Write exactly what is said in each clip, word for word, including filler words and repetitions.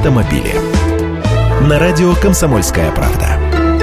автомобили. На радио «Комсомольская правда».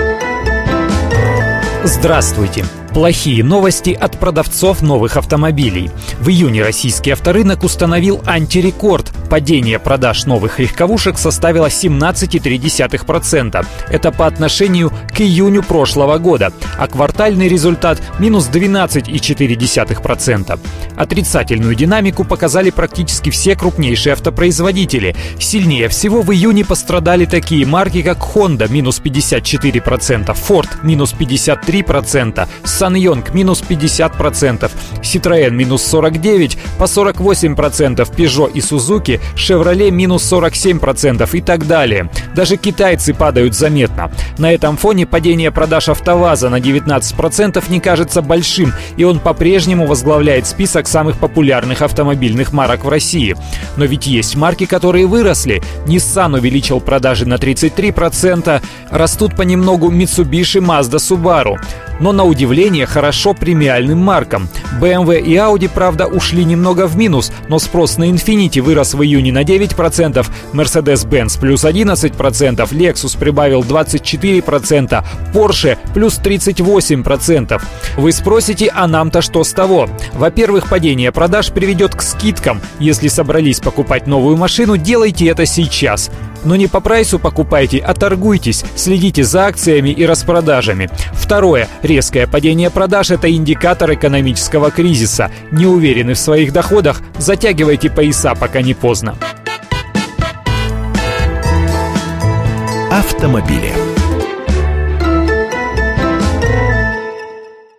Здравствуйте! Плохие новости от продавцов новых автомобилей. В июне российский авторынок установил антирекорд. Падение продаж новых легковушек составило семнадцать целых три десятых процента. Это по отношению к июню прошлого года. А квартальный результат – минус двенадцать целых четыре десятых процента. Отрицательную динамику показали практически все крупнейшие автопроизводители. Сильнее всего в июне пострадали такие марки, как Honda – минус пятьдесят четыре процента, Ford – минус пятьдесят три процента, Sanyong – минус пятьдесят процентов, Citroën – минус сорок девять процентов, по сорок восемь процентов Peugeot и Suzuki, Chevrolet – минус сорок семь процентов и так далее. Даже китайцы падают заметно. На этом фоне падение продаж АвтоВАЗа на девятнадцать процентов не кажется большим, и он по-прежнему возглавляет список самых популярных автомобильных марок в России. Но ведь есть марки, которые выросли. Nissan увеличил продажи на тридцать три процента, растут понемногу Mitsubishi, Mazda, Subaru. Но на удивление хорошо премиальным маркам. бэ эм вэ и Audi, правда, ушли немного в минус, но спрос на Infiniti вырос в июне на девять процентов, Mercedes-Benz плюс одиннадцать процентов, Lexus прибавил двадцать четыре процента, Porsche плюс тридцать восемь процентов. Вы спросите, а нам-то что с того? Во-первых, падение продаж приведет к скидкам. Если собрались покупать новую машину, делайте это сейчас. Но не по прайсу покупайте, а торгуйтесь, следите за акциями и распродажами. Второе. Резкое падение продаж – это индикатор экономического кризиса. Не уверены в своих доходах? Затягивайте пояса, пока не поздно. Автомобили.